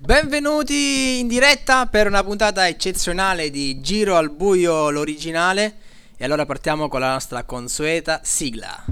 Benvenuti in diretta per una puntata eccezionale di Giro al Buio l'originale. E allora partiamo con la nostra consueta sigla.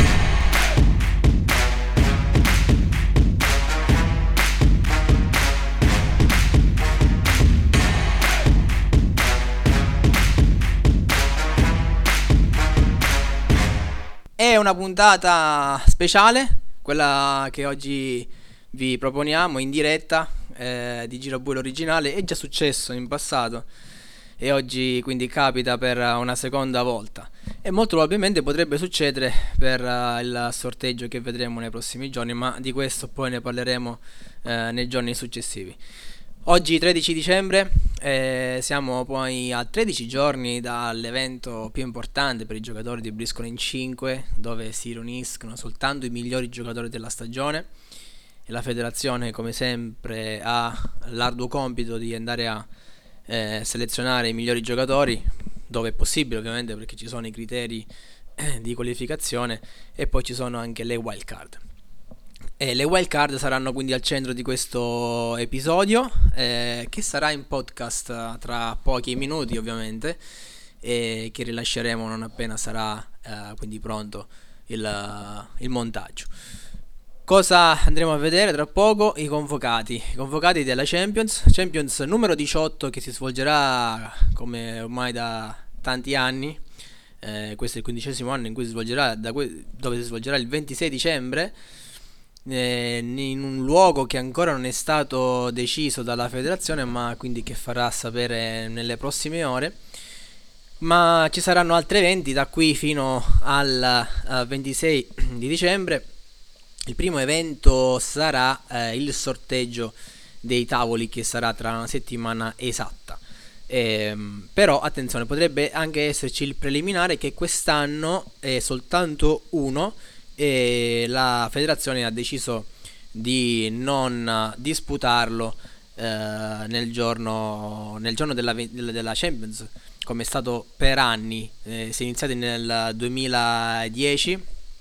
È una puntata speciale, quella che oggi vi proponiamo in diretta di Giro al Buio l'originale. È già successo in passato e oggi quindi capita per una seconda volta, e molto probabilmente potrebbe succedere per il sorteggio che vedremo nei prossimi giorni, ma di questo poi ne parleremo nei giorni successivi. Oggi 13 dicembre, siamo poi a 13 giorni dall'evento più importante per i giocatori di Briscoe in 5, dove si riuniscono soltanto i migliori giocatori della stagione, e la federazione come sempre ha l'arduo compito di andare a selezionare i migliori giocatori, dove è possibile ovviamente, perché ci sono i criteri di qualificazione, e poi ci sono anche le wild card. E le wild card saranno quindi al centro di questo episodio, che sarà in podcast tra pochi minuti ovviamente, e che rilasceremo non appena sarà quindi pronto il montaggio. Cosa andremo a vedere tra poco? I convocati della Champions numero 18, che si svolgerà come ormai da tanti anni. Questo è il 15° anno in cui si svolgerà, dove si svolgerà il 26 dicembre, in un luogo che ancora non è stato deciso dalla federazione, ma quindi che farà sapere nelle prossime ore. Ma ci saranno altri eventi da qui fino al 26 di dicembre. Il primo evento sarà il sorteggio dei tavoli, che sarà tra una settimana esatta. Però attenzione, potrebbe anche esserci il preliminare, che quest'anno è soltanto uno, e la federazione ha deciso di non disputarlo nel giorno della Champions, come è stato per anni. Si è iniziati nel 2010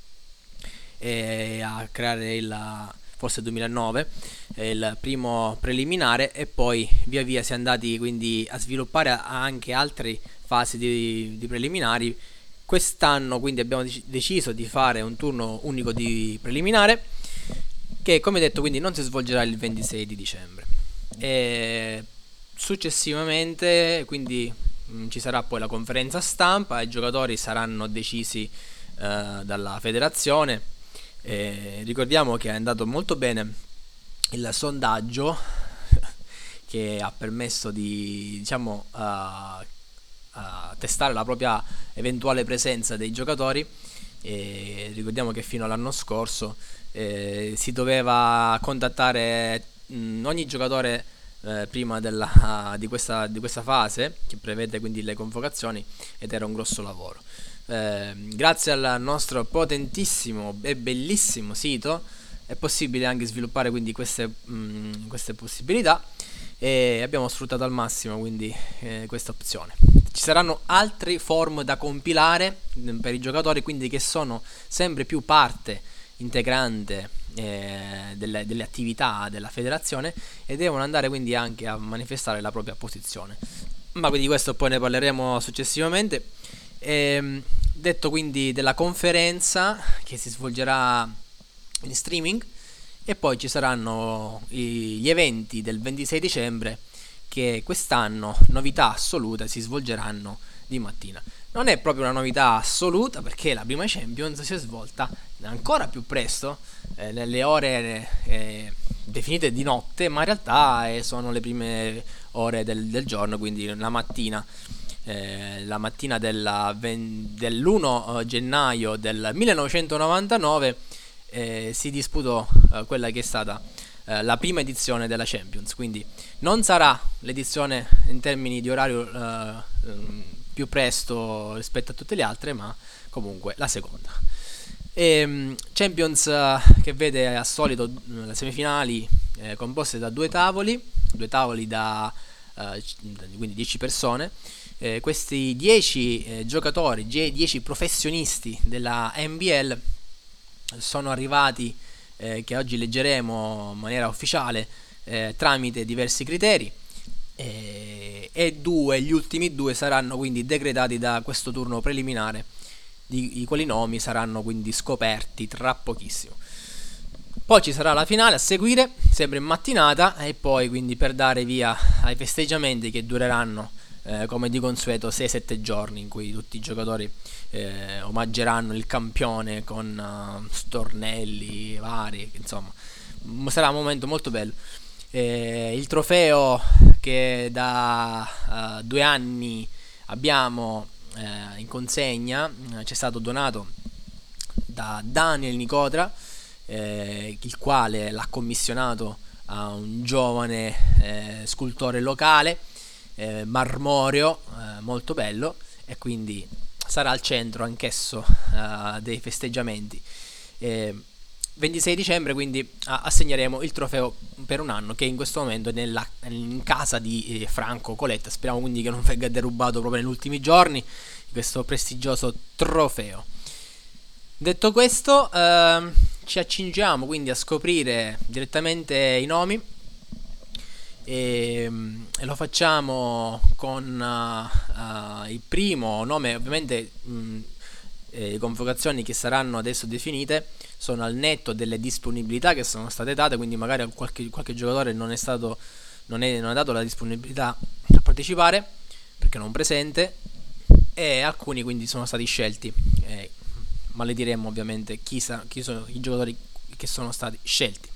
a creare forse 2009 il primo preliminare, e poi via via si è andati quindi a sviluppare anche altre fasi di preliminari. Quest'anno quindi abbiamo deciso di fare un turno unico di preliminare, che come detto quindi non si svolgerà il 26 di dicembre. E successivamente quindi ci sarà poi la conferenza stampa, i giocatori saranno decisi dalla federazione. Ricordiamo che è andato molto bene il sondaggio che ha permesso di testare la propria eventuale presenza dei giocatori. Ricordiamo che fino all'anno scorso si doveva contattare ogni giocatore prima di questa fase, che prevede quindi le convocazioni, ed era un grosso lavoro. Grazie al nostro potentissimo e bellissimo sito è possibile anche sviluppare quindi queste possibilità, e abbiamo sfruttato al massimo quindi questa opzione. Ci saranno altri form da compilare per i giocatori, quindi, che sono sempre più parte integrante delle attività della federazione, e devono andare quindi anche a manifestare la propria posizione. Ma quindi questo poi ne parleremo successivamente. Detto quindi della conferenza, che si svolgerà in streaming, e poi ci saranno gli eventi del 26 dicembre, che quest'anno, novità assoluta, si svolgeranno di mattina. Non è proprio una novità assoluta, perché la prima Champions si è svolta ancora più presto, nelle ore definite di notte, ma in realtà sono le prime ore del giorno, quindi la mattina dell'1 gennaio del 1999 si disputò quella che è stata la prima edizione della Champions. Quindi non sarà l'edizione in termini di orario più presto rispetto a tutte le altre, ma comunque la seconda. Champions che vede al solito le semifinali composte da due tavoli da quindi 10 persone. Questi 10 giocatori, 10 professionisti della NBL sono arrivati, che oggi leggeremo in maniera ufficiale, tramite diversi criteri, gli ultimi due saranno quindi decretati da questo turno preliminare, i quali nomi saranno quindi scoperti tra pochissimo. Poi ci sarà la finale a seguire, sempre in mattinata, e poi quindi per dare via ai festeggiamenti che dureranno come di consueto 6-7 giorni, in cui tutti i giocatori omaggeranno il campione con stornelli vari, insomma sarà un momento molto bello. Il trofeo che da 2 anni abbiamo in consegna ci è stato donato da Daniel Nicotra, il quale l'ha commissionato a un giovane scultore locale, marmoreo, molto bello, e quindi sarà al centro anch'esso dei festeggiamenti. 26 dicembre quindi assegneremo il trofeo per un anno, che in questo momento è in casa di Franco Coletta. Speriamo quindi che non venga derubato proprio negli ultimi giorni questo prestigioso trofeo. Detto questo, ci accingiamo quindi a scoprire direttamente i nomi, e lo facciamo con il primo nome. Ovviamente le convocazioni che saranno adesso definite sono al netto delle disponibilità che sono state date, quindi magari qualche giocatore non è dato la disponibilità a partecipare perché non presente, e alcuni quindi sono stati scelti, ma le diremo ovviamente chi sono i giocatori che sono stati scelti.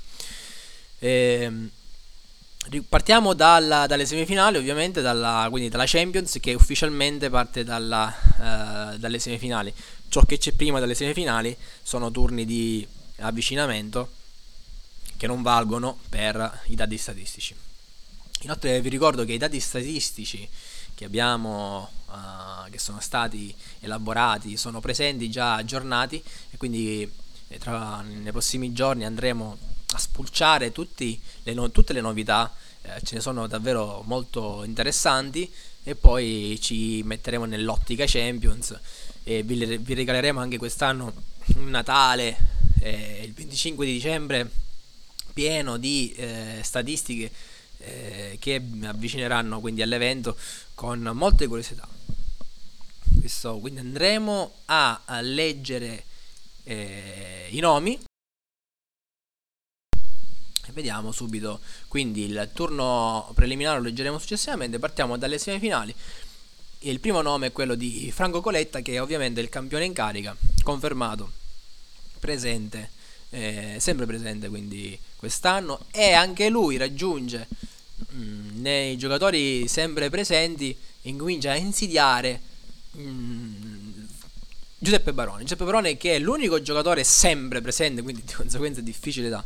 Partiamo dalle semifinali, ovviamente quindi dalla Champions, che ufficialmente parte dalle semifinali. Ciò che c'è prima delle semifinali sono turni di avvicinamento che non valgono per i dati statistici. Inoltre vi ricordo che i dati statistici che abbiamo, che sono stati elaborati, sono presenti, già aggiornati, e quindi nei prossimi giorni andremo a spulciare tutte le novità. Ce ne sono davvero molto interessanti, e poi ci metteremo nell'ottica Champions, e vi regaleremo anche quest'anno un Natale, il 25 di dicembre, pieno di statistiche che avvicineranno quindi all'evento con molte curiosità. Quindi andremo a leggere i nomi. Vediamo subito quindi il turno preliminare, lo leggeremo successivamente. Partiamo dalle semifinali. Il primo nome è quello di Franco Coletta, che è ovviamente il campione in carica, confermato, presente, sempre presente quindi quest'anno, e anche lui raggiunge nei giocatori sempre presenti, incomincia a insidiare Giuseppe Baroni, che è l'unico giocatore sempre presente, quindi di conseguenza è difficile da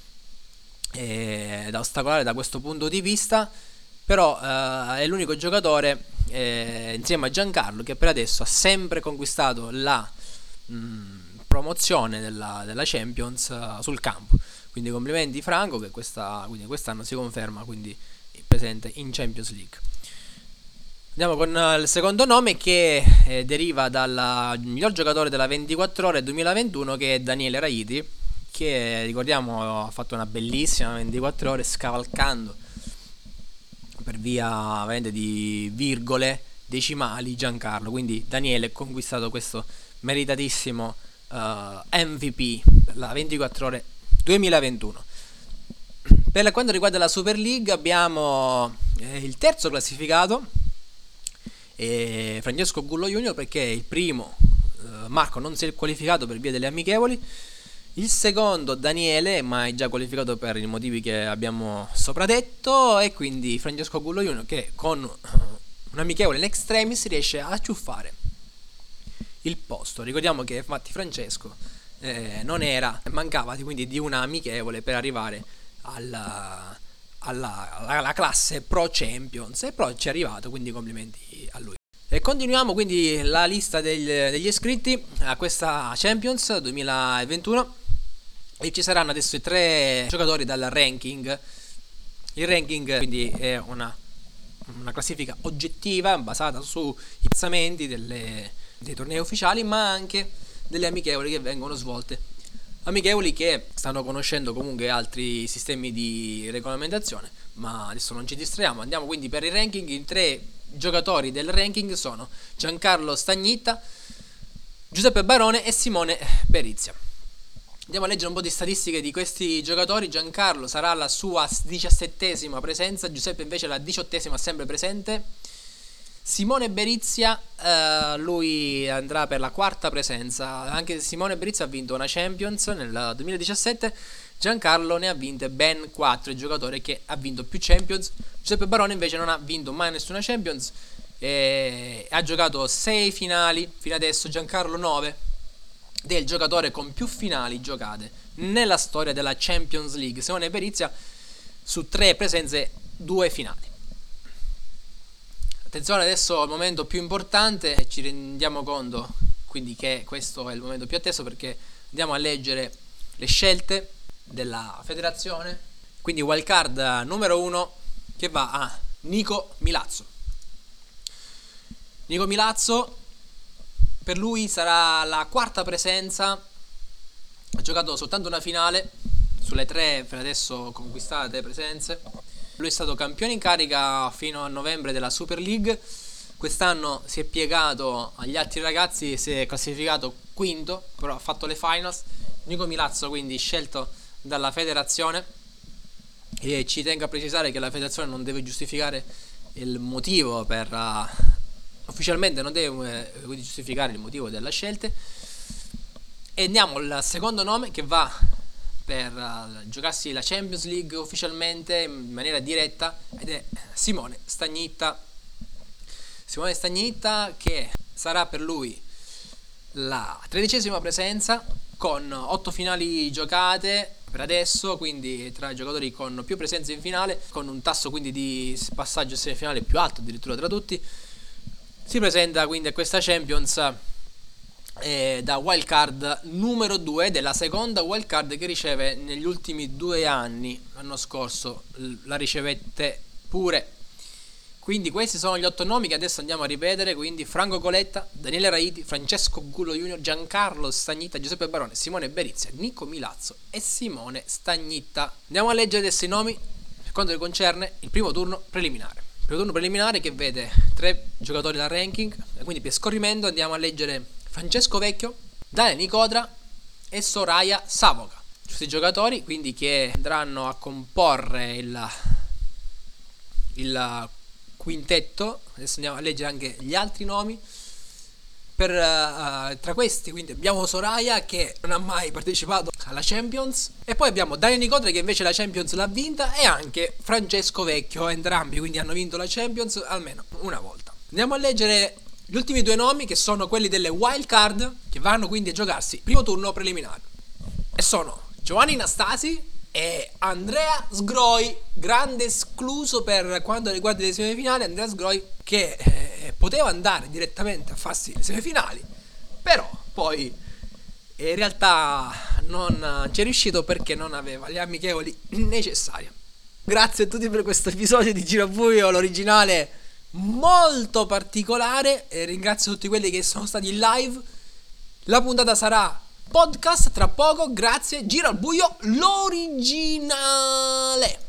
ostacolare da questo punto di vista, però è l'unico giocatore insieme a Giancarlo che per adesso ha sempre conquistato la promozione della Champions sul campo. Quindi complimenti Franco, che quest'anno si conferma quindi presente in Champions League. Andiamo con il secondo nome, che deriva dal miglior giocatore della 24 ore 2021, che è Daniele Raiti, che ricordiamo ha fatto una bellissima 24 ore scavalcando per via di virgole decimali Giancarlo. Quindi Daniele ha conquistato questo meritatissimo MVP per la 24 ore 2021. Per quanto riguarda la Super League abbiamo il terzo classificato, Francesco Gullo Junior, perché il primo Marco non si è qualificato per via delle amichevoli. Il secondo Daniele, ma è già qualificato per i motivi che abbiamo sopra detto, e quindi Francesco Gullo Junior, che con un amichevole in extremis riesce a acciuffare il posto. Ricordiamo che infatti Francesco mancava quindi di una amichevole per arrivare alla classe Pro Champions, e Pro ci è arrivato, quindi complimenti a lui. E continuiamo quindi la lista degli iscritti a questa Champions 2021, e ci saranno adesso i 3 giocatori dal ranking. Il ranking quindi è una classifica oggettiva basata sui piazzamenti dei tornei ufficiali, ma anche delle amichevoli che vengono svolte amichevoli che stanno conoscendo comunque altri sistemi di regolamentazione, ma adesso non ci distraiamo. Andiamo quindi per il ranking. I 3 giocatori del ranking sono Giancarlo Stagnitta, Giuseppe Barone e Simone Berizia. Andiamo a leggere un po' di statistiche di questi giocatori. Giancarlo sarà la sua 17ª presenza, Giuseppe invece la 18ª, sempre presente. Simone Berizia, lui andrà per la 4ª presenza. Anche Simone Berizia ha vinto una Champions nel 2017. Giancarlo ne ha vinte ben 4, il giocatore che ha vinto più Champions. Giuseppe Barone invece non ha vinto mai nessuna Champions e ha giocato 6 finali fino adesso. Giancarlo 9, ed è il giocatore con più finali giocate nella storia della Champions League. Simone Berizia su 3 presenze, 2 finali. Attenzione adesso al momento più importante, ci rendiamo conto quindi che questo è il momento più atteso, perché andiamo a leggere le scelte della federazione. Quindi wildcard numero 1 che va a Nico Milazzo. Nico Milazzo, per lui sarà la 4ª presenza, ha giocato soltanto una finale sulle 3 per adesso conquistate presenze. Lui è stato campione in carica fino a novembre della Super League. Quest'anno si è piegato agli altri ragazzi e si è classificato quinto, però ha fatto le finals. Nico Milazzo quindi scelto dalla federazione, e ci tengo a precisare che la federazione non deve giustificare il motivo per ufficialmente non deve giustificare il motivo della scelta. E andiamo al secondo nome che va per giocarsi la Champions League ufficialmente in maniera diretta, ed è Simone Stagnitta. Simone Stagnitta, che sarà per lui la 13ª presenza con 8 finali giocate per adesso, quindi tra i giocatori con più presenze in finale, con un tasso quindi di passaggio a semifinale più alto addirittura tra tutti. Si presenta quindi a questa Champions da wildcard numero 2, della seconda wildcard che riceve negli ultimi 2 anni. L'anno scorso la ricevette pure. Quindi questi sono gli 8 nomi che adesso andiamo a ripetere. Quindi Franco Coletta, Daniele Raiti, Francesco Gullo Junior, Giancarlo Stagnitta, Giuseppe Barone, Simone Berizia, Nico Milazzo e Simone Stagnitta. Andiamo a leggere adesso i nomi per quanto concerne il primo turno preliminare. Il primo turno preliminare che vede 3 giocatori dal ranking, e quindi per scorrimento andiamo a leggere Francesco Vecchio, Daniele Nicodra e Soraya Savoca. Questi giocatori quindi che andranno a comporre il quintetto. Adesso andiamo a leggere anche gli altri nomi. Tra questi quindi abbiamo Soraya, che non ha mai partecipato alla Champions, e poi abbiamo Daniele Nicodra, che invece la Champions l'ha vinta, e anche Francesco Vecchio. Entrambi quindi hanno vinto la Champions almeno una volta. Andiamo a leggere gli ultimi 2 nomi, che sono quelli delle wild card, che vanno quindi a giocarsi primo turno preliminare, e sono Giovanni Nastasi e Andrea Sgroi. Grande escluso per quanto riguarda le semifinali Andrea Sgroi, che poteva andare direttamente a farsi le semifinali, però poi in realtà non ci è riuscito perché non aveva gli amichevoli necessari. Grazie a tutti per questo episodio di Girabuio, l'originale molto particolare, e ringrazio tutti quelli che sono stati in live. La puntata sarà podcast tra poco. Grazie. Gira al buio, l'originale.